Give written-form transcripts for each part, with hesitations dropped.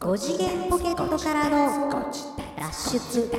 5次元ポケットからの脱出。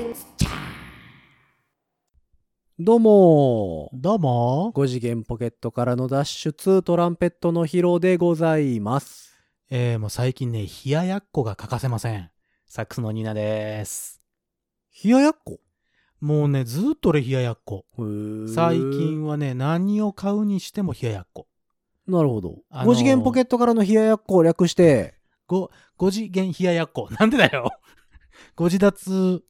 どうも 5 次元ポケットからの脱出、トランペットのヒロでございます。 もう最近ね、冷ややっこが欠かせません。サックスのニーナです。 冷ややっこ？ もうね、ずっと俺冷ややっこ。最近はね、何を買うにしても冷ややっこ。 なるほど。5次元ポケットからの冷ややっこを略して、 5次元冷ややっこ。なんでだよ。ご自立。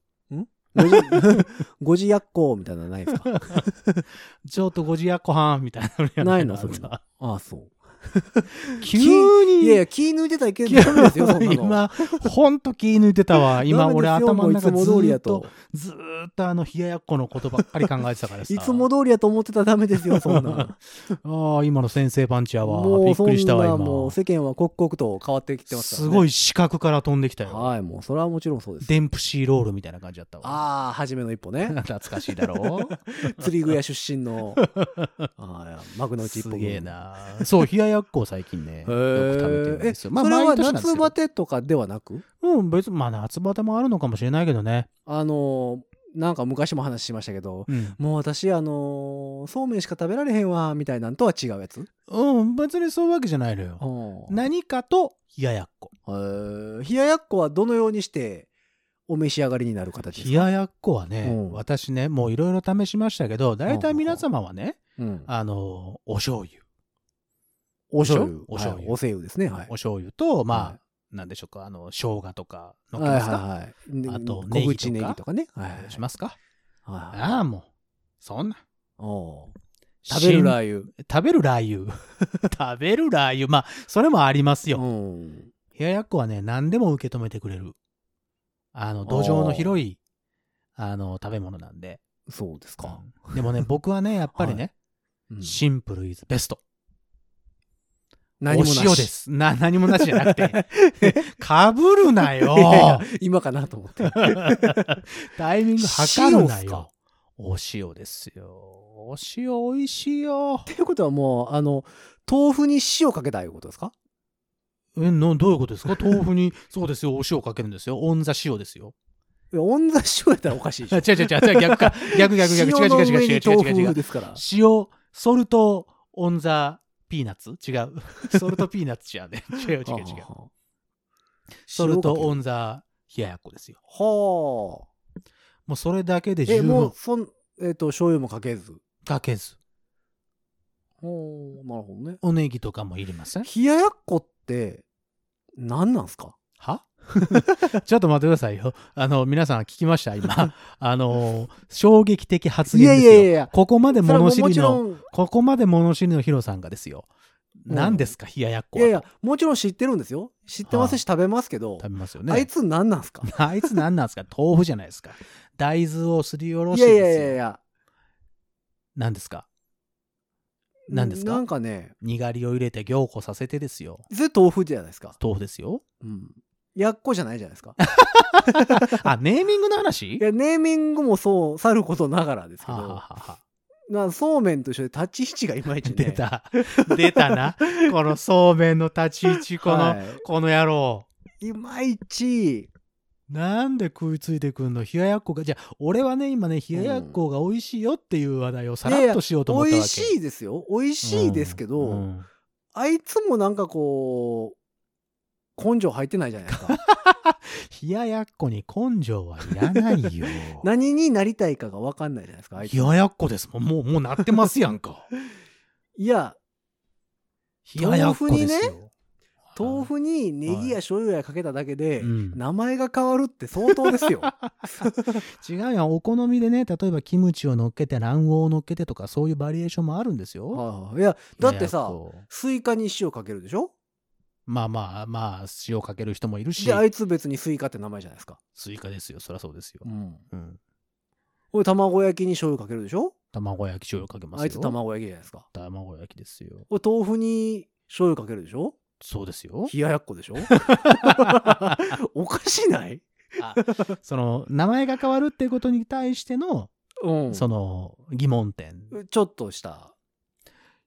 5次やっこみたいなのないですか？ ちょっと5次やっこはんみたいな。 ないのそれは。ああ、そう。 急に。 いやいや、気抜いてたらいけないですよ、そんなの。 今、ほんと気抜いてたわ。今、俺頭の中ずーっと冷ややっこのことばっかり考えてたからさ。 いつも通りやと思ってたらダメですよ、そんな。 ああ、今の先生パンチやわ。 もうびっくりしたわ、今。 もう世間は刻々と変わってきてますからね。 すごい視覚から飛んできたよ。 はい、もうそれはもちろんそうです。 デンプシーロールみたいな感じだったわ。 ああ、初めの一歩ね。 懐かしいだろう。 釣り具屋出身の幕の内一歩。 すげえな。そう、冷ややっこを最近ね、よく食べてるんですよ。 それは夏バテとかではなく？ 別に、夏バテもあるのかもしれないけどね。 なんか昔も話しましたけど、もう私そうめんしか食べられへんわみたいなんとは違うやつ？ 別にそういうわけじゃないのよ。何かと冷ややっこ。 冷ややっこはどのようにしてお召し上がりになる形ですか？ 冷ややっこはね、私ね、もういろいろ試しましたけど、大体皆様はね、お醤油。 お醤油。 お醤油。 お醤油ですね。 お醤油と、なんでしょうか、生姜とか乗っけますか？あと、 小口ネギとかね。 しますか？ ああ、もう、そんな。 食べるラー油。 食べるラー油。食べるラー油。それもありますよ。冷ややっこはね、何でも受け止めてくれる。土壌の広い、食べ物なんで。 そうですか。 でもね、僕はね、やっぱりね、シンプルイズベスト。 何もなし。 お塩です。何もなしじゃなくて。かぶるなよ。 今かなと思って。 タイミング測るなよ。お塩ですよ。お塩美味しいよ。 っていうことはもう、豆腐に塩かけたいうことですか？ どういうことですか？豆腐に、そうですよ、お塩かけるんですよ。オンザ塩ですよ。 いや、オンザ塩やったらおかしいでしょ。 違う、逆か。逆。違う。塩、ソルト、オンザ、ピーナッツ違う。ソルトピーナッツじゃね。違う。ソルトオンザ冷ややっこですよ。 はあ。もうそれだけで十分。 もう醤油もかけず。 かけず。 なるほどね。 おネギとかも入れません？ 冷ややっこって何なんすか？ はちょっと待ってくださいよ。皆さん聞きました今。衝撃的発言ですよ。いや。ここまで物知りのヒロさんがですよ。何ですか、冷ややっこは。 いや、もちろん知ってるんですよ。知ってますし食べますけど。 食べますよね。 あいつ何なんすか？ あいつ何なんすか？豆腐じゃないですか。大豆をすりおろしてですよ。 いや。 何ですか？なんかね。 にがりを入れて凝固させてですよ。 それ豆腐じゃないですか。 豆腐ですよ。 やっこじゃないじゃないですか。 ネーミングの話？ いや、ネーミングもそう、さることながらですけど。そうめんと一緒で立ち位置がいまいちね。 出たな。このそうめんの立ち位置、この野郎。 いまいち。 なんで食いついてくんの？冷ややっこが。じゃあ、俺はね、今ね、冷ややっこが美味しいよっていう話題をさらっとしようと思ったわけ。 美味しいですよ。美味しいですけど、あいつもなんかこう、根性入ってないじゃないですか。 冷ややっこに根性はいらないよ。 何になりたいかが分かんないじゃないですか。 冷ややっこですもん。もうなってますやんか。 いや、 冷ややっこですよ。 豆腐にネギや醤油やかけただけで、名前が変わるって相当ですよ。 違うやん。お好みでね、例えばキムチを乗っけて卵黄を乗っけてとか、そういうバリエーションもあるんですよ。 いや、だってさ、スイカに塩かけるでしょ？ 塩かける人もいるし。 で、あいつ別にスイカって名前じゃないですか。 スイカですよ。そりゃそうですよ。 これ卵焼きに醤油かけるでしょ？ 卵焼き醤油かけますよ。 あいつ卵焼きじゃないですか。 卵焼きですよ。 これ豆腐に醤油かけるでしょ？ そうですよ。 冷ややっこでしょ？おかしない？ 名前が変わるっていうことに対しての、疑問点。 ちょっとした。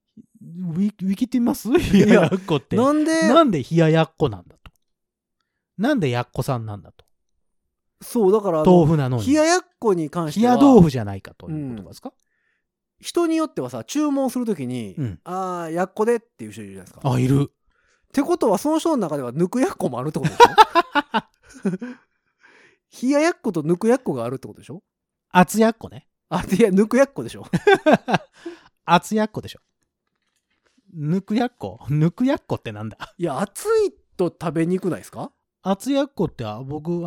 ウィキってみます？冷ややっこって。 なんで冷ややっこなんだと。 なんでやっこさんなんだと。 そう、だから豆腐なのに。 冷ややっこに関しては。 冷や豆腐じゃないかということですか、 人によってはさ、注文するときに、やっこでっていう人いるじゃないですか。 いる。 ってことは、その人の中では抜くやっこもあるってことでしょ冷ややっこと抜くやっこがあるってことでしょ。 熱やっこね。 いや、抜くやっこでしょ。 熱やっこでしょ。抜くやっこってなんだ。 いや、熱いと食べにくないですか。 熱やっこって僕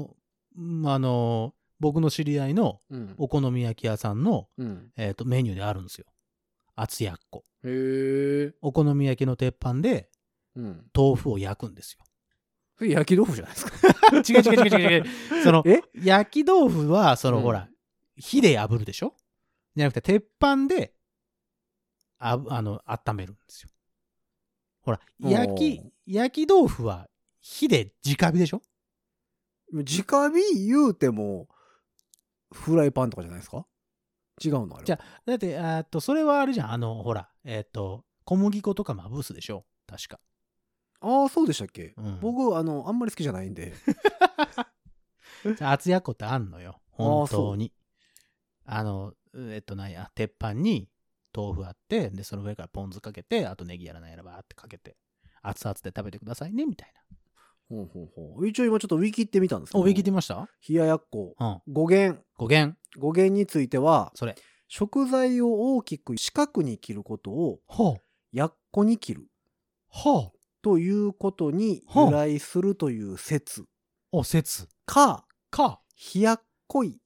僕の知り合いのお好み焼き屋さんの、メニューであるんですよ。熱やっこ。 へえ。 お好み焼きの鉄板で、豆腐を焼くんですよ。 それ焼き豆腐じゃないですか。 違う。その焼き豆腐はほら火で炙るでしょ。じゃなくて鉄板で温めるんですよ。ほら焼き豆腐は火で直火でしょ。 直火言うてもフライパンとかじゃないですか。違うのあれ。 じゃあだってそれはあるじゃん。ほら小麦粉とかまぶすでしょ。確か。 ああ、そうでしたっけ。僕あんまり好きじゃないんで。 熱やっこってあんのよ。本当に。鉄板に豆腐あって、でその上からポン酢かけて、あとネギやらないやらばーってかけて、熱々で食べてくださいねみたいな。 一応今ちょっとウィキってみたんですけど。 ウィキってみました？ 冷ややっこ。語源については、 それ。 食材を大きく四角に切ることを、やっこに切る。ということに由来するという説。か、冷やっこい。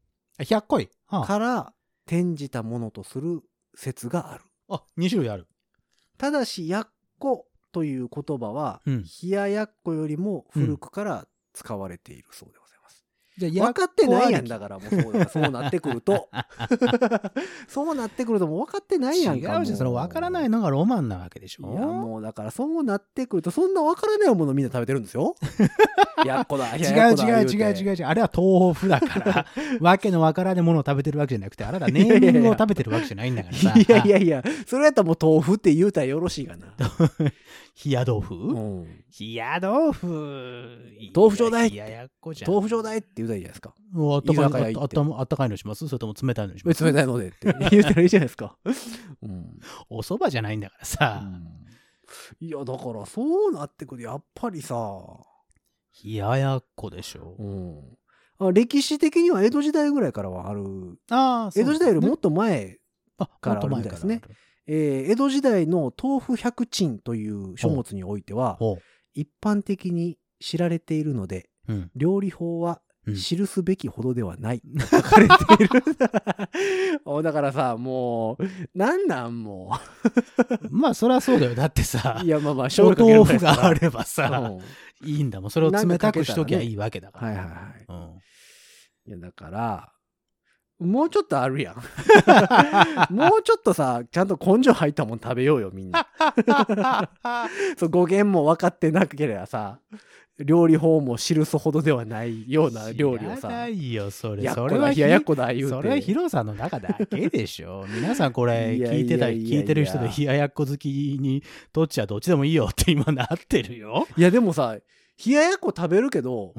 から転じたものとする説がある。 2種類ある。 ただし、やっこという言葉は、冷ややっこよりも古くから使われているそうでございます。分かってないやんだから、もうそうなってくると。そうなってくるともう分かってないやんか。 違うじゃん。その分からないのがロマンなわけでしょ。 いや、もうだからそうなってくると、そんな分からないものみんな食べてるんですよ。やっこだ。 違う。あれは豆腐だから、わけの分からないものを食べてるわけじゃなくて、あれはネーミングを食べてるわけじゃないんだからさ。 いや、それやったらもう豆腐って言うたらよろしいかな。 冷や豆腐？冷や豆腐。 豆腐ちょうだい。 冷ややっこじゃん。 豆腐ちょうだいって言うたらいいじゃないですか。 あったかいのします？それとも冷たいのします？ 冷たいのでって言うたらいいじゃないですか。 お蕎麦じゃないんだからさ。 いや、だからそうなってくる。やっぱりさ。 冷ややっこでしょ。 歴史的には江戸時代ぐらいからはある。江戸時代よりもっと前からあるみたいですね。江戸時代の豆腐百珍という書物においては、一般的に知られているので、料理法は知るすべきほどではない。書かれている。だからさ、もう、もう。 まあ、そりゃそうだよ。だってさ、 いや、まあ、 お豆腐があればさ、いいんだもん。それを冷たくしときゃいいわけだから。いや、だから、もうちょっとあるやん。もうちょっとさ、ちゃんと根性入ったもん食べようよ、みんな。語源も分かってなければさ、料理法も知るすほどではないような料理をさ。 ないよ、それ。 それは冷ややっこだ言うて。 それはヒロさんの中だけでしょ。皆さんこれ聞いてる人で冷ややっこ好きにとっちゃどっちでもいいよって今なってるよ。 いやでもさ、冷ややっこ食べるけど、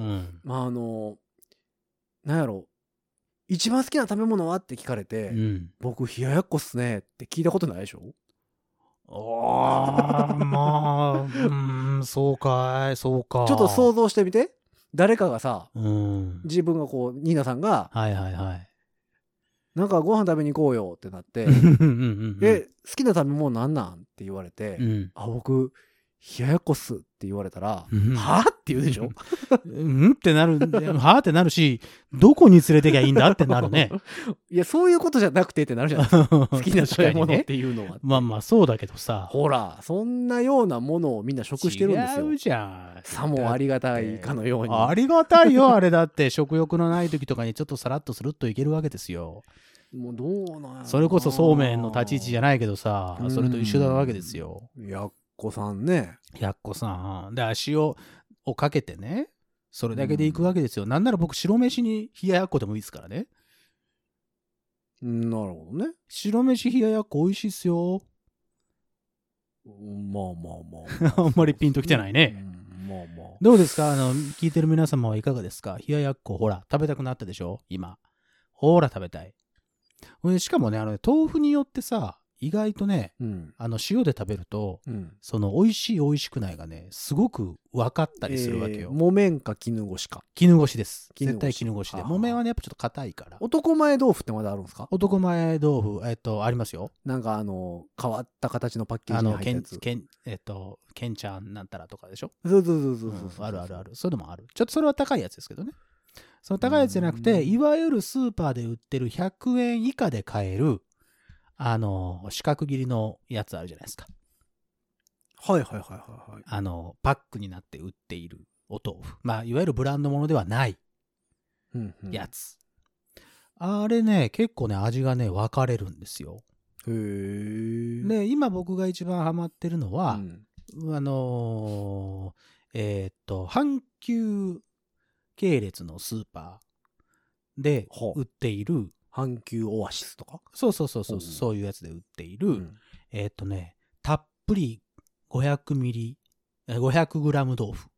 なんやろ、一番好きな食べ物はって聞かれて、僕冷ややっこっすねって聞いたことないでしょ。 まあ、そうか。ちょっと想像してみて。誰かがさ、自分がこう、ニーナさんが、なんかご飯食べに行こうよってなって、好きな食べ物なんなんって言われて、僕、冷ややっこっすって言われたら、はって言うでしょ。 ってなる、はってなるし、どこに連れてきゃいいんだってなるね。 いや、そういうことじゃなくてってなるじゃないですか。好きな食べ物っていうのは。 まあそうだけどさ。 ほら、そんなようなものをみんな食してるんですよ。 違うじゃん。 さもありがたいかのように。 ありがたいよ、あれだって。食欲のない時とかにちょっとさらっとスルッといけるわけですよ。 もうどうなんや。 それこそそうめんの立ち位置じゃないけどさ、それと一緒なわけですよ。 やっこさんね。 やっこさん。で、塩をかけてね、それだけでいくわけですよ。なんなら僕、白飯に冷ややっこでもいいですからね。 なるほどね。 白飯冷ややっこ美味しいっすよ。 まあ。 あんまりピンときてないね。 どうですか聞いてる皆様はいかがですか？冷ややっこ、ほら、食べたくなったでしょ今。ほら、食べたい。しかもね、豆腐によってさ、意外とね、塩で食べると、その美味しい美味しくないがね、すごく分かったりするわけよ。 木綿か絹ごしか。 絹ごしです。絶対絹ごしで。木綿はね、やっぱちょっと硬いから。 男前豆腐ってまだあるんですか？ 男前豆腐、ありますよ。 なんか変わった形のパッケージに入ったやつ。 ケンちゃんなんたらとかでしょ？ そう。 ある。そういうのもある。ちょっとそれは高いやつですけどね。その高いやつじゃなくて、いわゆるスーパーで売ってる100円以下で買える、四角切りのやつあるじゃないですか。 はい。 パックになって売っているお豆腐。まあ、いわゆるブランドものではないやつ。あれね、結構ね、味がね、分かれるんですよ。 へー。 で、今僕が一番ハマってるのは、阪急系列のスーパーで売っている、 阪急オアシスとか？ そういうやつで売っている、たっぷり500グラム豆腐。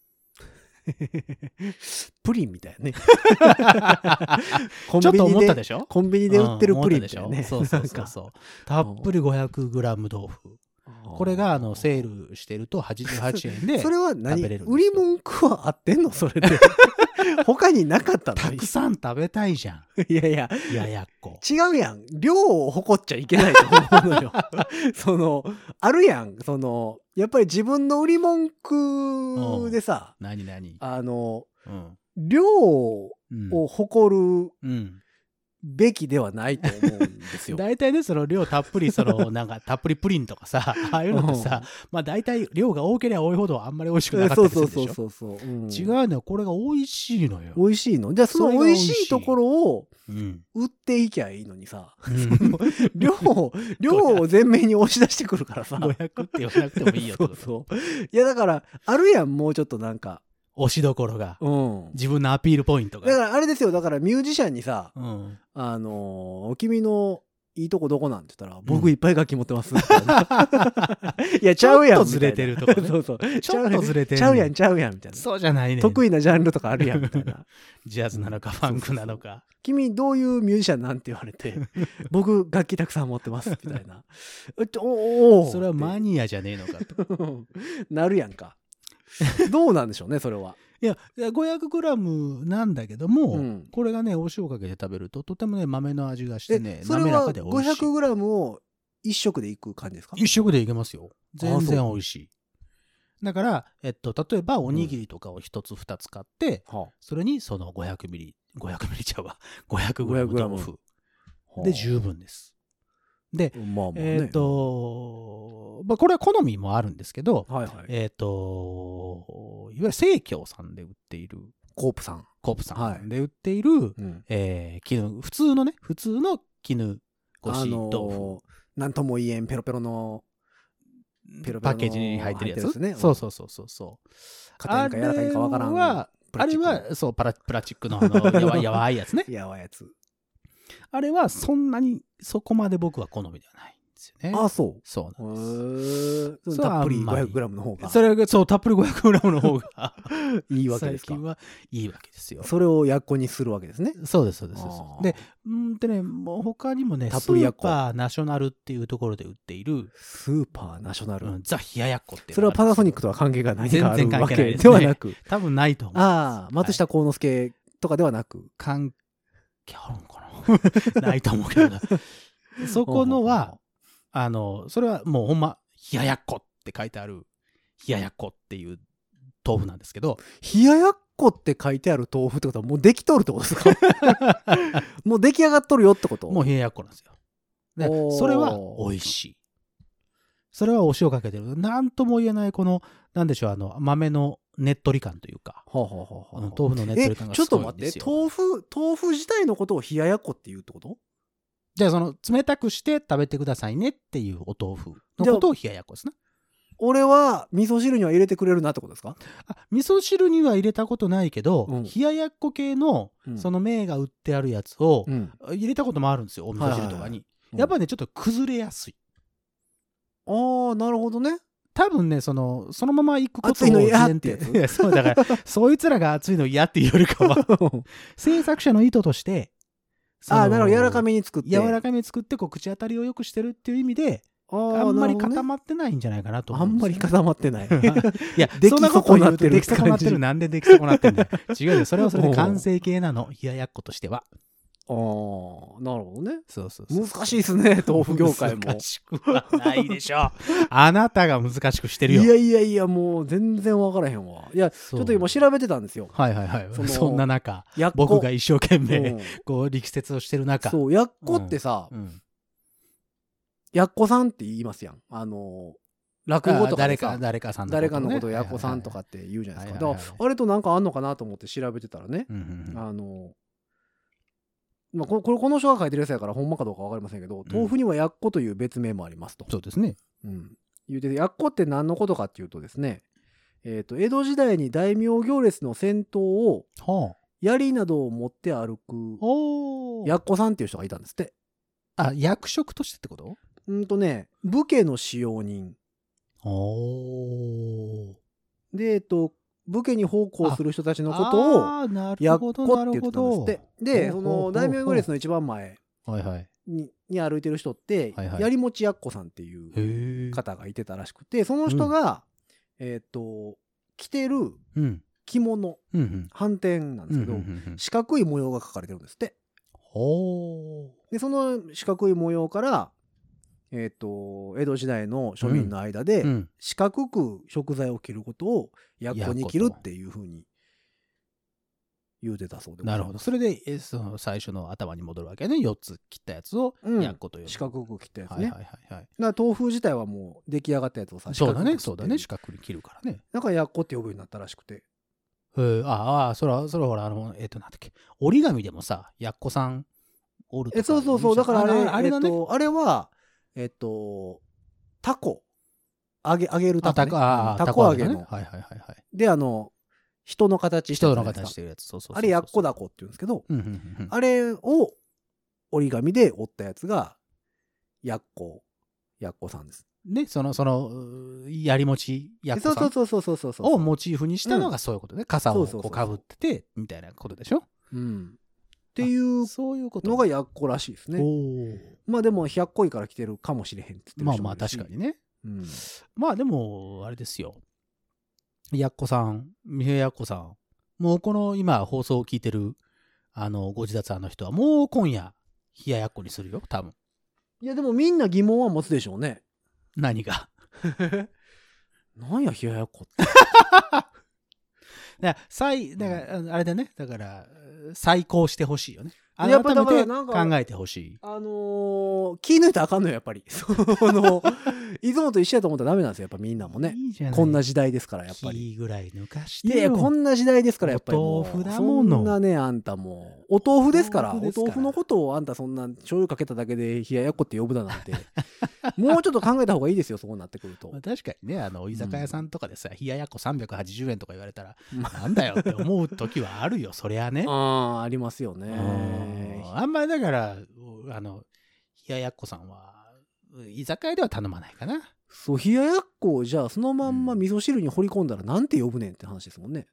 プリンみたいね。 ちょっと思ったでしょ？ コンビニで売ってるプリンみたいね。 そう。たっぷり500グラム豆腐。これがセールしてると88円でそれは食べれるんですよ。 売り文句はあってんのそれで。他になかったの？ たくさん食べたいじゃん。 いややっこ。 違うやん。量を誇っちゃいけないと思うのよ。あるやん。やっぱり自分の売り文句でさ、 何量を誇るべきではないと思うんですよ。 大体ね、その量たっぷり、なんかたっぷりプリンとかさ、ああいうのってさ、まあ大体量が多ければ多いほどあんまり美味しくなかったりするでしょ。 そう。 違うのよ。これが美味しいのよ。 美味しいの？じゃあその美味しいところを売っていきゃいいのにさ、量を前面に押し出してくるからさ。 500って言わなくてもいいよってこと。 そう。いやだからあるやん、もうちょっとなんか。 押しどころが、自分のアピールポイントが。 だからあれですよ。だからミュージシャンにさ、君のいいとこどこなんて言ったら、僕いっぱい楽器持ってますみたいな。いや、ちゃうやん。 ちょっとずれてるとかね。 そう。 ちょっとずれてる。 ちゃうやんみたいな。 そうじゃないね。 得意なジャンルとかあるやんみたいな。 ジャズなのかファンクなのか。 君どういうミュージシャンなんて言われて、僕楽器たくさん持ってますみたいな。 それはマニアじゃねえのかと。 なるやんか。どうなんでしょうね、それは。 いや、500グラムなんだけども、これがね、お塩かけて食べると、とてもね、豆の味がしてね、滑らかで美味しい。 500グラムを一食でいく感じですか？ 一食でいけますよ。全然美味しい。だから、例えばおにぎりとかを一つ二つ買って、それにその500ミリちゃうわ。500グラム豆腐で十分です。で、これは好みもあるんですけど、いわゆる生協さんで売っている、 コープさんで売っている、普通の絹ごし豆腐。 なんとも言えんペロペロのパッケージに入ってるやつね。そう。 硬いんか柔らかいんかわからん。 あれは、そう、プラスチックのやわいやつね。 やわいやつ。 あれはそんなにそこまで僕は好みではないんですよね。 あ、そう。 そうなんです。 たっぷり 500g の方が。 それが、そう、たっぷり 500g の方がいいわけですか。 最近はいいわけですよ。 それをやっこにするわけですね。 そうです。でね、もう他にもね、スーパーナショナルっていうところで売っている。 スーパーナショナル、 ザ・冷ややっこっていう。 それはパナソニックとは関係がない全然関係ないではなく。 多分ないと思う。 松下幸之助とかではなく。 関係あるのかなないと思うけどな。そこのは、それはもうほんま、冷ややっこって書いてある、冷ややっこっていう豆腐なんですけど。 冷ややっこって書いてある豆腐ってことはもうできとるってことですか？もう出来上がっとるよってこと？ もう冷ややっこなんですよ。で、それは美味しい。それはお塩かけてる。なんとも言えない、なんでしょう、豆のねっとり感というか。豆腐のねっとり感がすごいんですよ。 ちょっと待って、豆腐自体のことを冷ややっこって言うってこと？ じゃあ冷たくして食べてくださいねっていうお豆腐のことを冷ややっこですね。 俺は味噌汁には入れてくれるなってことですか？ 味噌汁には入れたことないけど、冷ややっこ系のその麺が売ってあるやつを入れたこともあるんですよ、お味噌汁とかに。やっぱりね、ちょっと崩れやすい。 なるほどね。 多分ね、そのまま行くことを熱いの嫌ってやつ。 いや、そうだから、そいつらが熱いの嫌っていうよりかは、制作者の意図として、 なるほど、柔らかめに作って。 柔らかめに作って、口当たりを良くしてるっていう意味で、あんまり固まってないんじゃないかなと思う、 あんまり固まってない。 いや、 出来損なってる。 出来損なってる。なんで出来損なってんだよ。違うよ。それはそれで完成形なの。冷ややっことしては。 なるほどね。 そう。 難しいですね、豆腐業界も。 難しくはないでしょう。あなたが難しくしてるよ。 いや、もう全然分からへんわ。いや、ちょっと今調べてたんですよ。 はい。そんな中、僕が一生懸命、力説をしてる中。 そう、やっこってさ、やっこさんって言いますやん。落語とかでさ、誰かのことをやっこさんとかって言うじゃないですか。だからあれとなんかあんのかなと思って調べてたらね、この人が書いてるやつやからほんまかどうか分かりませんけど、豆腐にはやっこという別名もありますと。 そうですね。 言うて、やっこって何のことかっていうとですね、江戸時代に大名行列の先頭を、槍などを持って歩く、やっこさんっていう人がいたんですって。 あ、役職としてってこと？ 武家の使用人。で、武家に奉公する人たちのことを、やっこって言ってたんですって。で、その大名行列の一番前に歩いてる人って、槍持ちやっこさんっていう方がいてたらしくて、その人が、着てる着物、反転なんですけど、四角い模様が描かれてるんですって。で、その四角い模様から、江戸時代の庶民の間で、四角く食材を切ることを、やっこに切るっていうふうに言うてたそうで。 なるほど。それで、その最初の頭に戻るわけね。4つ切ったやつを、やっこという。 四角く切ったやつね。だから豆腐自体はもう出来上がったやつをさ、 そうだね。四角く切るからね。 だからやっこって呼ぶようになったらしくて。 それはほら、なんだっけ、折り紙でもさ、やっこさんおるとか。 そう。だからあれだね。 あれは、タコ。揚げるタコ、ね。タコ揚げの。で、人の形してるやつ。そう。 あれ、やっこだこって言うんですけど、あれを折り紙で折ったやつが、やっこさんです。 ね、その、槍持ちやっこさんをモチーフにしたのがそういうことね。傘をこうかぶってて、みたいなことでしょ？っていうのがやっこらしいですね。まあでも100個いから来てるかもしれへんって言ってる。 まあ確かにね。まあでも、あれですよ。やっこさん、三平やっこさん。もうこの今放送を聞いてる、ご自立の人はもう今夜、冷ややっこにするよ、多分。 いやでもみんな疑問は持つでしょうね。 何がなんや冷ややっこって。 だからあれだね。だから、再考してほしいよね。 やっぱ改めて考えてほしい。 気抜いたらあかんのよ、やっぱり。いつもと一緒やと思ったらダメなんですよ、やっぱみんなもね。 いいじゃない。 こんな時代ですから、やっぱり。 気ぐらい抜かしてよ。 いやいや、こんな時代ですから、やっぱり。 お豆腐だもの。 そんなね、あんたもう。お豆腐ですから。お豆腐のことをあんたそんな醤油かけただけで冷ややっこって呼ぶだなんて。もうちょっと考えた方がいいですよ、そうなってくると。 確かにね、居酒屋さんとかでさ、冷ややっこ380円とか言われたら、なんだよって思う時はあるよ、そりゃね。 ありますよね。 あんまりだから、冷ややっこさんは、居酒屋では頼まないかな。 そう、冷ややっこをじゃあそのまんま味噌汁に掘り込んだらなんて呼ぶねんって話ですもんね。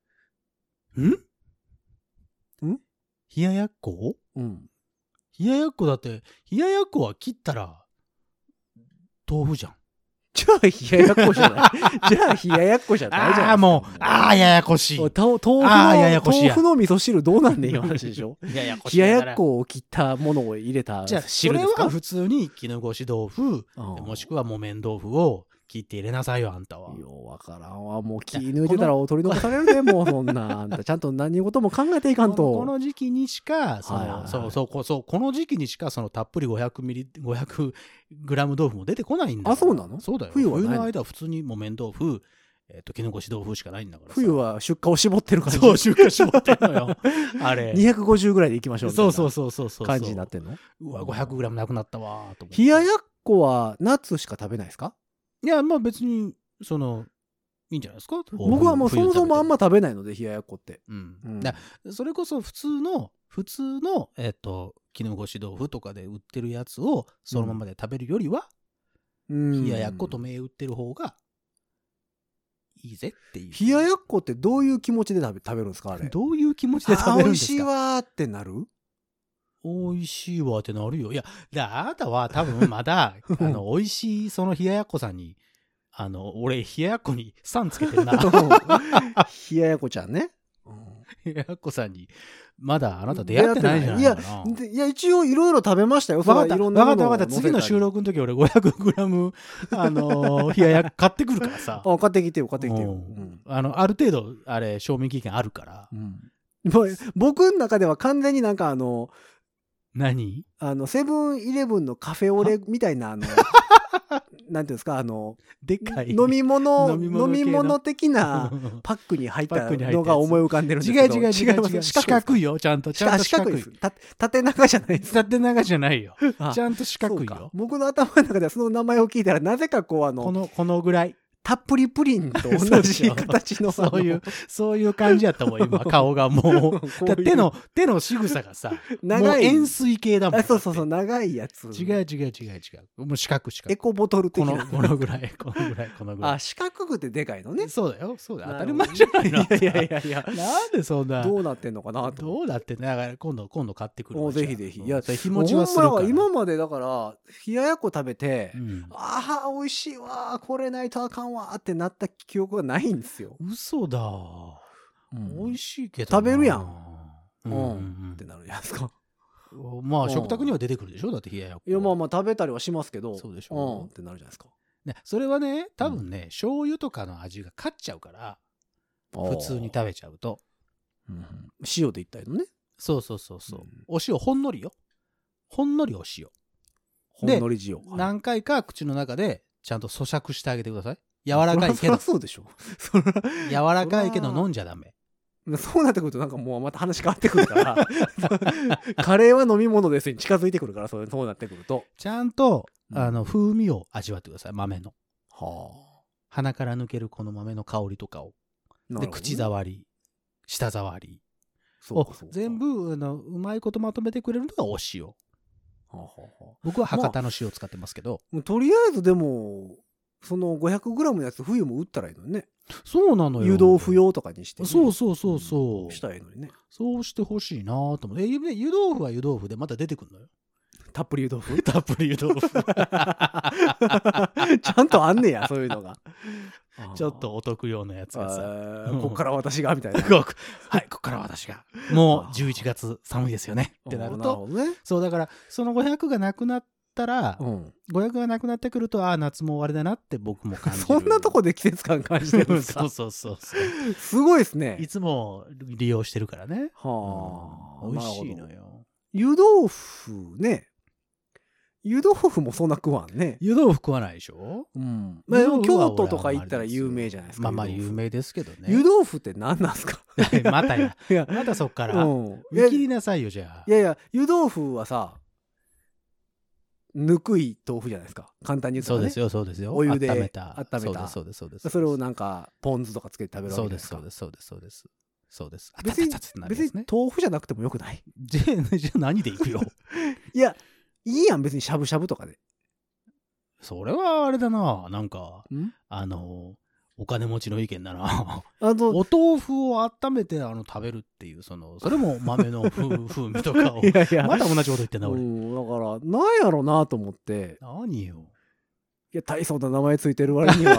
冷ややっこ？冷ややっこだって、冷ややっこは切ったら、豆腐じゃん。 じゃあ冷ややっこじゃない。じゃあ冷ややっこじゃないじゃん。 ややこしい。 豆腐の味噌汁どうなんねんいう話でしょ。冷ややっこを切ったものを入れた汁ですか？ それは普通に絹ごし豆腐、もしくは木綿豆腐を切って入れなさいよ、あんたは。 ようわからんわ。もう気抜いてたら取り残されるで、もうそんな。あんたちゃんと何事も考えていかんと。 この時期にしか、この時期にしか、たっぷり500グラム豆腐も出てこないんだ。 あ、そうなの？ そうだよ。冬の間は普通に木綿豆腐、絹ごし豆腐しかないんだから。 冬は出荷を絞ってるから。 そう、出荷絞ってるのよ。あれ。 250ぐらいでいきましょうみたいな。 そう。 感じになってんの？ うわ、500グラムなくなったわーと思って。 冷ややっこは夏しか食べないですか？ いや、まあ別に、いいんじゃないですか？ 僕はもうそもそもあんま食べないので、冷ややっこって。 それこそ普通の、絹ごし豆腐とかで売ってるやつをそのままで食べるよりは、冷ややっこと銘打ってる方がいいぜっていう。 冷ややっこってどういう気持ちで食べるんですかあれ。 どういう気持ちで食べるんですか。 美味しいわーってなる？ 美味しいわってなるよ。いや、あなたは多分まだ、美味しいその冷ややっこさんに、俺、冷ややっこに3つけてるな。 冷ややっこちゃんね。 冷ややっこさんに、ままだあなた出会ってないんじゃないかな。 いや、一応いろいろ食べましたよ。 わかった。次の収録の時俺 500g 冷ややっこ買ってくるからさ。 買ってきてよ。 ある程度、あれ、賞味期限あるから。 僕の中では完全になんか何？ セブンイレブンのカフェオレみたいななんていうんですかでっかい飲み物的なパックに入ったのが思い浮かんでるんですけど。 違う。四角いよ、ちゃんと四角いです。 縦長じゃないです。 縦長じゃないよ。ちゃんと四角いよ。 僕の頭の中ではその名前を聞いたらなぜかこのぐらい。 たっぷりプリンと同じ形のそういう感じやったもん今顔がもう手の仕草がさ長い円錐形だもん。 そう長いやつ。 違うもう四角エコボトル的なこのぐらい四角くてでかいのね。 そうだよ当たり前じゃないの。いやなんでそんなどうなってんのかなと。 どうなってんの。だから今度買ってくる。 ぜひいや日持ちはするから。 今までだから冷ややっこ食べて美味しいわこれないとあかんわってなった記憶がないんですよ。 嘘だ。美味しいけど食べるやん。ってなるじゃないですか。 まあ食卓には出てくるでしょだって冷ややっこ。 いやまあ食べたりはしますけど。 そうでしょ。 ってなるじゃないですか。 それはね多分ね醤油とかの味が勝っちゃうから普通に食べちゃうと。 塩でいったりのね。 そう。お塩ほんのりよ。ほんのりお塩。 ほんのり塩。 何回か口の中でちゃんと咀嚼してあげてください。柔らかいけど。 そうでしょ。 柔らかいけど飲んじゃダメ。 そうなってくるとなんかもうまた話変わってくるからカレーは飲み物ですに近づいてくるからそうなってくるとちゃんと風味を味わってください。豆の鼻から抜けるこの豆の香りとかをで口触り舌触りを全部うまいことまとめてくれるのがお塩。僕は博多の塩使ってますけど、 とりあえずでもその 500g のやつ冬も売ったらいいのにね。 そうなのよ。 湯豆腐用とかにして、ね、 そうしたらいいのにね。 そうしてほしいなと思って。湯豆腐は湯豆腐でまた出てくるのよ。 たっぷり湯豆腐たっぷり湯豆腐ちゃんとあんねやそういうのがちょっとお得用のやつがさこっから私がみたいなはいこっから私がもう11月寒いですよねってなるとそうだからその500がなくなったら500がなくなってくると夏も終わりだなって僕も感じる。 そんなとこで季節感感じてるんですか。 そうすごいですね。 いつも利用してるからね。美味しいのよ。 湯豆腐ね。湯豆腐もそんな食わんね。 湯豆腐食わないでしょ。 でも京都とか行ったら有名じゃないですか。 まあ有名ですけどね。 湯豆腐って何なんですか。 またそっから見切りなさいよじゃあ。 いや湯豆腐はさぬくい豆腐じゃないですか。簡単に言うとね。 そうですよ。 お湯で温めた。そうです。 それをなんかポン酢とかつけて食べるわけですか。 そうです。 別に豆腐じゃなくてもよくない。 じゃあ何でいくよ。 いやいいやん別にしゃぶしゃぶとかで。 それはあれだな。なんかお金持ちの意見だな。お豆腐を温めて食べるっていうそれも豆の風味とかをまた同じこと言ってんな俺。 だからなんやろなと思って。 何よ。 いや大層な名前ついてる割には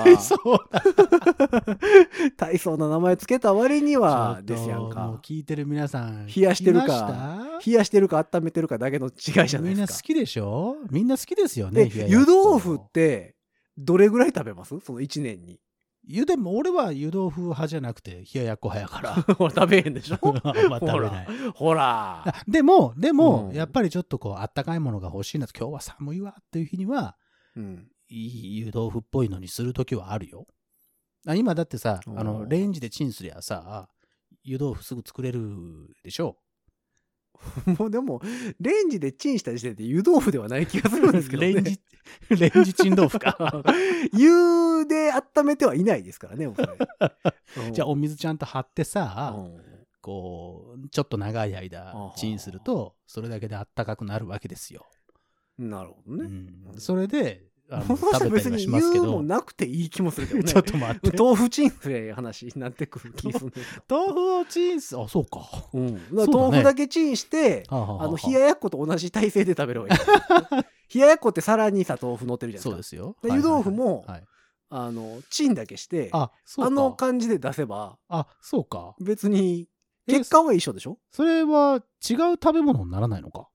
大層な名前つけた割にはですやんか。 もう聞いてる皆さん冷やしてるか温めてるかだけの違いじゃないですか。 みんな好きでしょ。みんな好きですよね。 湯豆腐ってどれぐらい食べますその1年に。 でも俺は湯豆腐派じゃなくて冷ややっこ派やから食べへんでしょ。 食べない。 ほらでも、やっぱりちょっとあったかいものが欲しいな今日は寒いわっていう日には、いい湯豆腐っぽいのにするときはあるよ。今だってさレンジでチンすりゃさ湯豆腐すぐ作れるでしょ。 もうでもレンジでチンした時点で湯豆腐ではない気がするんですけどね。 レンジチン豆腐か。 湯で温めてはいないですからね。 じゃあお水ちゃんと張ってさちょっと長い間チンするとそれだけであったかくなるわけですよ。 なるほどね。 それで食べたりはしますけど。 もなくていい気もするけどね。 ちょっと待って。 豆腐チンすれ話になってくる気する。 豆腐をチンす、あ、そうか。 うん。豆腐だけチンして、冷ややっこと同じ体勢で食べればいい。冷ややっこって皿にさ、豆腐乗ってるじゃないですか。 そうですよ。 湯豆腐も、チンだけして、の感じで出せば、 そうか。 別に、結果は一緒でしょ？ それは違う食べ物にならないのか？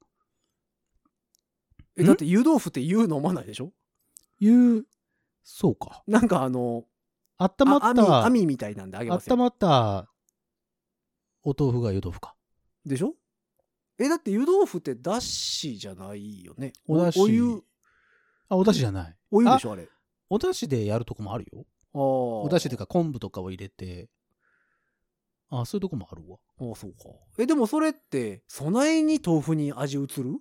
だって湯豆腐って湯飲まないでしょ？ そうか。 なんか温まった網みたいなんであげますよ。 温まったお豆腐が湯豆腐か。 でしょ？だって湯豆腐ってだしじゃないよね。 お湯。おだしじゃない。 お湯でしょあれ。 おだしでやるとこもあるよ。おだしというか昆布とかを入れて。そういうとこもあるわ。 そうか。でもそれって備えに豆腐に味移る？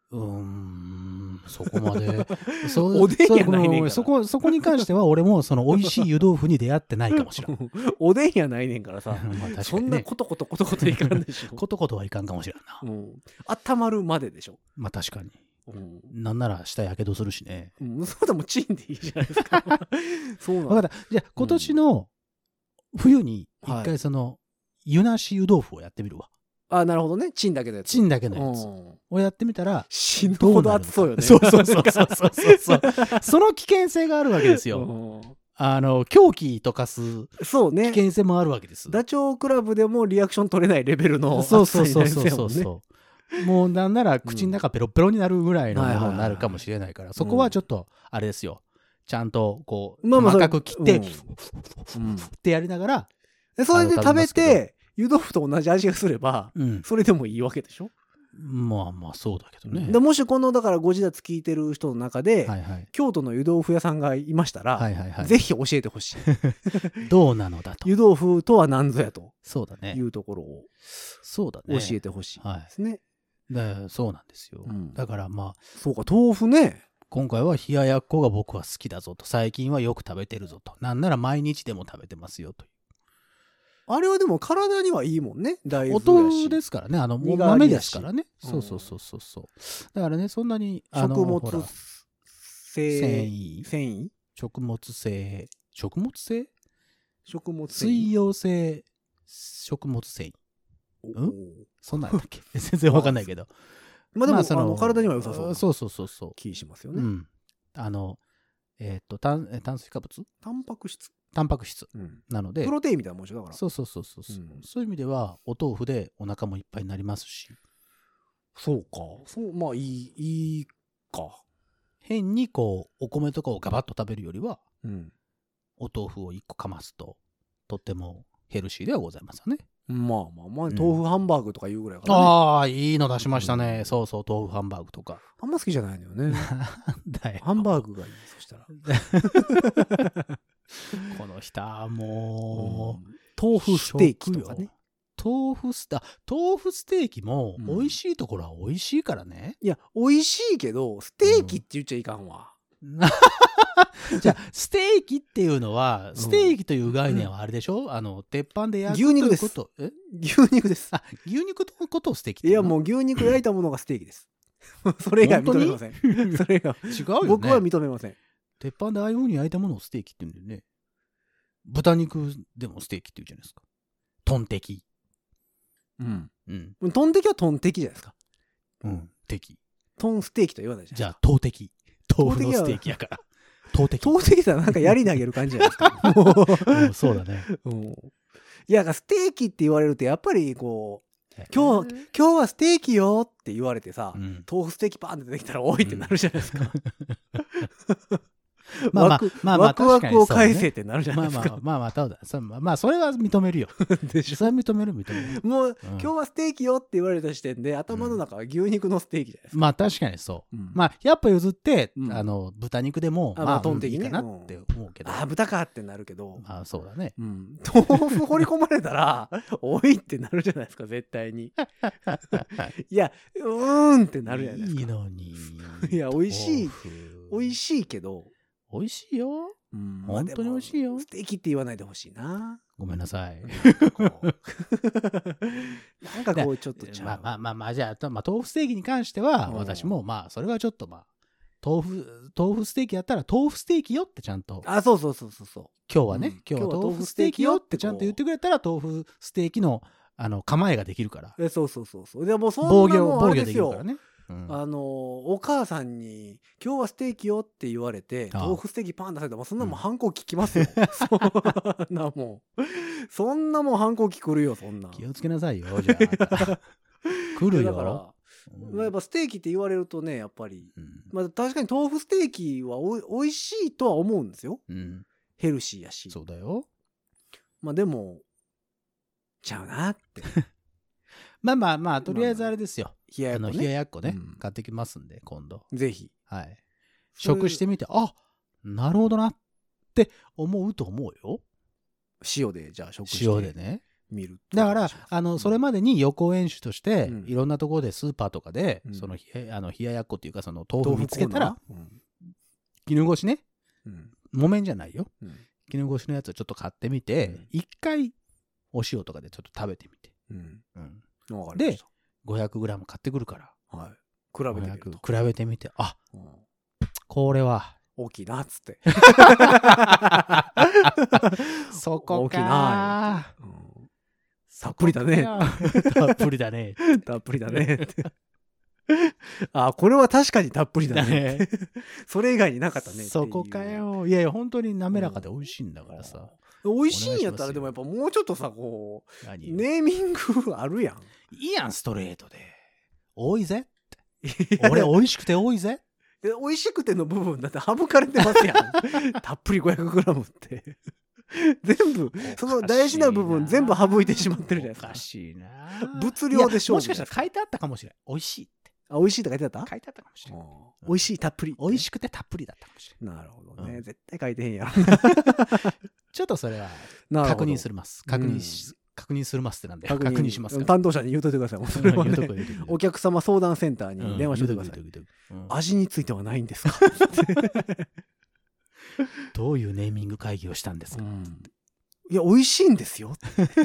そこまで。 おでんやないねんから。 そこに関しては俺もその美味しい湯豆腐に出会ってないかもしれん。 おでんやないねんからさ。そんなコトコトいかんでしょ。 コトコトはいかんかもしれんな。 温まるまででしょ。 まあ確かに。なんなら下やけどするしね。 そうでもチンでいいじゃないですか。そうなんだ。 分かった。じゃあ今年の冬に一回その湯なし湯豆腐をやってみるわ。 なるほどね。チンだけのやつ。 チンだけのやつをやってみたら死ぬほど熱そうよね。 そう。その危険性があるわけですよ。狂気とかす危険性もあるわけです。 ダチョウ倶楽部でもリアクション取れないレベルのそう。もうなんなら口の中ペロペロになるぐらいのものになるかもしれないから、そこはちょっとあれですよ。ちゃんとこう細かく切ってってやりながら、 それで食べて湯豆腐と同じ味がすれば、それでもいいわけでしょ？ まあそうだけどね。 でもしこのだからご自立聞いてる人の中で、京都の湯豆腐屋さんがいましたら、ぜひ教えてほしい。 どうなのだと。 湯豆腐とは何ぞやと。 そうだね。 いうところをそうだね。 教えてほしいですね。 そうなんですよ。だからまあそうか、豆腐ね。 今回は冷ややっこが僕は好きだぞと、最近はよく食べてるぞと、なんなら毎日でも食べてますよという。 あれはでも体にはいいもんね。大豆やし。 お豆腐ですからね。豆ですからね。そう。だからね、そんなに食物繊維食物性水溶性食物繊維。そんなんだっけ？全然わかんないけど。 まあでも体には良さそう。 そう。 気しますよね。 炭水化物？タンパク質。なので。 プロテインみたいなもんでしょだから。 そう。そういう意味では、お豆腐でお腹もいっぱいになりますし。 そうか。まあいいか。 変にこう、お米とかをガバッと食べるよりは、お豆腐を1個かますと、とってもヘルシーではございますよね。 まあ、豆腐ハンバーグとかいうぐらいからね。いいの出しましたね。そう、豆腐ハンバーグとか。 あんま好きじゃないのよね。ハンバーグがいい、そしたら。 この人はもう、 豆腐ステーキとかね。 豆腐ステーキも美味しいところは美味しいからね。 いや、美味しいけど、ステーキって言っちゃいかんわ。 じゃあステーキっていうのは、ステーキという概念はあれでしょ？鉄板で焼く牛肉です。牛肉です。 牛肉のことをステーキっていや、もう牛肉焼いたものがステーキです。それ以外認めません。それが違うよね。 僕は認めません。 鉄板でああいう風に焼いたものをステーキって言うんだよね。豚肉でもステーキって言うじゃないですか。トンテキ。 トンテキはトンテキじゃないですか。 テキ。 トンステーキと言わないじゃん。 じゃあ、トウテキ。豆腐のステーキやから。トウテキ。 トウテキってなんか槍投げる感じじゃないですか。 そうだね。 いや、ステーキって言われると、やっぱりこう、今日はステーキよって言われてさ、豆腐ステーキパーンって出てきたらおいってなるじゃないですか。ワクワクを返せってなるじゃないですか。 まあそれは認めるよ。 でしょ。 それは認める。 もう、今日はステーキよって言われた時点で頭の中は牛肉のステーキじゃないですか。 まあ確かにそう。まあやっぱ譲って、豚肉でもまあトンテキかなって思うけど。 豚かってなるけど。 そうだね。 豆腐掘り込まれたらおいってなるじゃないですか、絶対に。いや、ってなるじゃないですか。 いいのに。 いや、美味しいけど。 美味しいよ。本当に美味しいよ。 ステーキって言わないでほしいな。 ごめんなさい。 なんかこうちょっとまあじゃあ、豆腐ステーキに関しては、私もそれはちょっと豆腐ステーキやったら豆腐ステーキよってちゃんと。 そうそうそうそう。 今日はね、今日は豆腐ステーキよってちゃんと言ってくれたら、豆腐ステーキの構えができるから。 そうそうそうそう。でもそんなもんあれですよ。 防御できるからね。 お母さんに今日はステーキよって言われて豆腐ステーキパン出されたらそんなもん反抗期きますよ、そんなもん反抗期来るよ。そんな気をつけなさいよじゃあ来るよ。だからやっぱステーキって言われるとねやっぱり、確かに豆腐ステーキはおいしいとは思うんですよ、ヘルシーやし。 そうだよ。 でもちゃうなってまあとりあえずあれですよ、 冷ややっこね、買ってきますんで今度ぜひ食してみて、なるほどなって思うと思うよ。 塩でじゃあ食して塩でね見る。 だからそれまでに予行演習として、いろんなところでスーパーとかで、その冷ややっこっていうかその豆腐見つけたら、絹ごしね、木綿じゃないよ、絹ごしのやつをちょっと買ってみて、一回お塩とかでちょっと食べてみて、で 500g 買ってくるから、 比べてみると。 比べてみて、これは大きいなっつってそこか大きいな、たっぷりだねたっぷりだねたっぷりだねってこれは確かにたっぷりだねそれ以外になかったね。 そこかよ。いやいや本当に滑らかで美味しいんだからさ。 美味しいんやったらでもやっぱもうちょっとさこうネーミングあるやん。 いいやんストレートで多いぜって俺美味しくて多いぜ。 美味しくての部分だって省かれてますやんたっぷり 500g って全部その大事な部分全部省いてしまってるじゃないですか。 おかしいな。 物量でしょう。 もしかしたら書いてあったかもしれない。美味しいって。 美味しいって書いてあった？ 書いてあったかもしれない。 美味しいたっぷり。 美味しくてたっぷりだったかもしれない。 なるほどね。絶対書いてへんやろ。 ちょっとそれは確認するます。確認するますってなんで確認しますから。 担当者に言うといてください。それはね、お客様相談センターに電話してください。味についてはないんですかどういうネーミング会議をしたんですか、 いや美味しいんですよ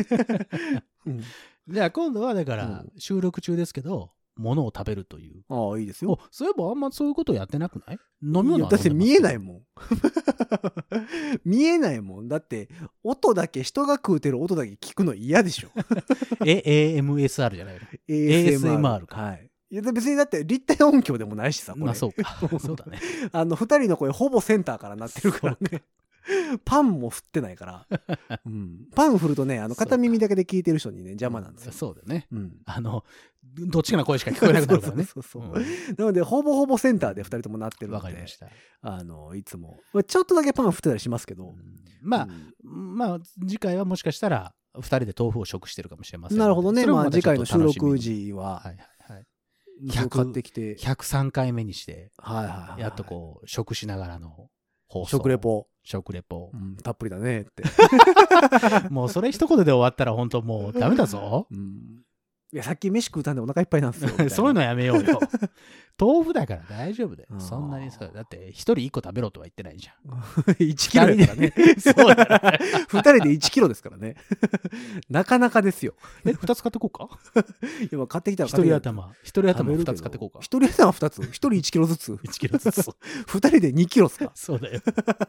じゃあ今度はだから収録中ですけど物を食べるという。 いいですよ。 そういえばあんまそういうことやってなくない？飲み物はだって見えないもん見えないもん。だって音だけ人が食うてる音だけ聞くの嫌でしょ AMSR じゃないの？ ASMR か。 はい。いや別にだって立体音響でもないしさこれ。 そうかそうだね 2人の声ほぼセンターからなってるからねパンも振ってないから、パン振るとね片耳だけで聞いてる人にね邪魔なんですよ。 そうだね、どっちかの声しか聞こえなくなるからね。 なのでほぼほぼセンターで2人ともなってるので。 わかりました。 いつもちょっとだけパン振ってたりしますけど、 まあ次回はもしかしたら2人で豆腐を食してるかもしれません。 なるほどね。次回の収録時は買ってきて 103回目にしてやっとこう食しながらの放送。食レポ、 たっぷりだねってもうそれ一言で終わったら本当もうダメだぞ。 いやさっき飯食うたんでお腹いっぱいなんですよそういうのやめようよ豆腐だから大丈夫だよ。そんなにさだって一人1個食べろとは言ってないじゃん 1キロだからねそうだね2人で1キロですからねなかなかですよ。 2つ買ってこうか今買ってきたら 1人頭2つ買ってこうか。 1人頭2つ1人1キロずつ 1キロずつ 2人で2キロっすか。 そうだよ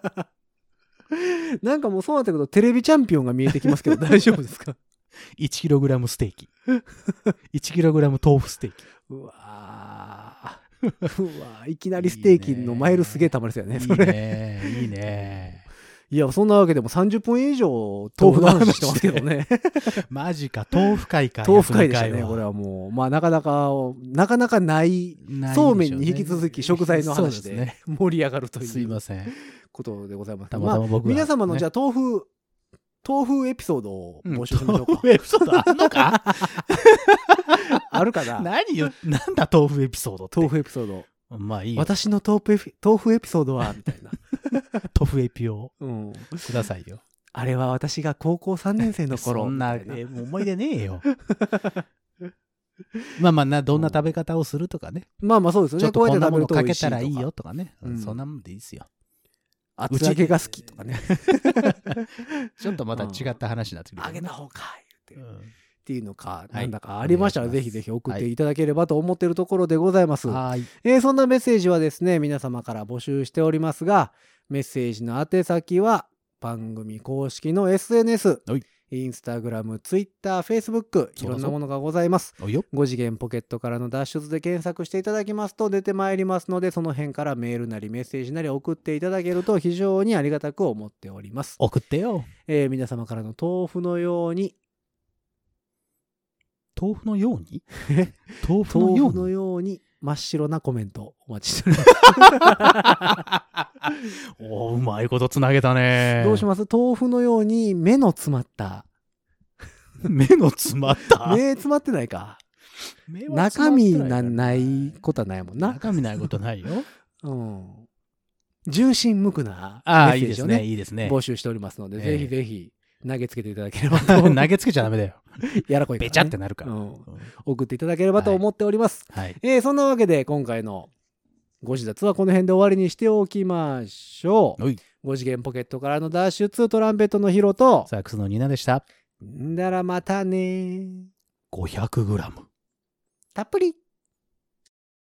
なんかもうそうなってくるとテレビチャンピオンが見えてきますけど大丈夫ですか 1kg ステーキ1kg 豆腐ステーキ。 うわいきなりステーキのマイルすげえたまりですよね。それいいねいやそんなわけでも30分以上豆腐の話してますけどねマジか豆腐会か。 豆腐会でしたねこれは。もうなかなかないそうめんに引き続き食材の話で盛り上がるというすいませんことでございます。 皆様のじゃあ豆腐エピソードを募集しましょうか。 豆腐エピソードあんのかあるかな。 なんだ豆腐エピソードって。 豆腐エピソード。 まあいいよ。 私の豆腐エピソードはみたいな豆腐エピをくださいよ。 あれは私が高校3年生の頃そんな思い出ねえよまあどんな食べ方をするとかね。 まあそうですよね。 ちょっとこんなものかけたらいいよとかね。そんなもんでいいですよ。 厚揚げが好きとかねちょっとまた違った話になってくる、 揚げた方か言って、 っていうのか、 はいなんだかありましたら、 お願いしますぜひぜひ送っていただければと思っているところでございます。 はい。 そんなメッセージはですね、皆様から募集しておりますが、メッセージの宛先は、番組公式の SNS、 はいインスタグラム、ツイッター、フェイスブック、いろんなものがございます。 おいよ。 5次元ポケットからの脱出で検索していただきますと出てまいりますので、その辺からメールなりメッセージなり送っていただけると非常にありがたく思っております。 送ってよ。 皆様からの豆腐のように豆腐のように豆腐豆腐のようにのように真っ白なコメントお待ちしております。 おー、うまいことつなげたね。 どうします？豆腐のように目の詰まった。 目の詰まった目詰まってないか。 目は中身詰まってからないことはないもんな。 中身ないことないよ。 うん。純真無垢なメああ、 ッセージをね、 いいですね。 募集しておりますので、 ええぜひぜひ投げつけていただければと。 投げつけちゃダメだよ。 やらこいからねべちゃってなるから。 うん送っていただければと思っております。 はい。 そんなわけで今回のご自立はこの辺で終わりにしておきましょう。 おい。 5次元ポケットからの脱出、トランペットのヒロと、 サックスのニナでした。 んだらまたね。 500g。 たっぷり。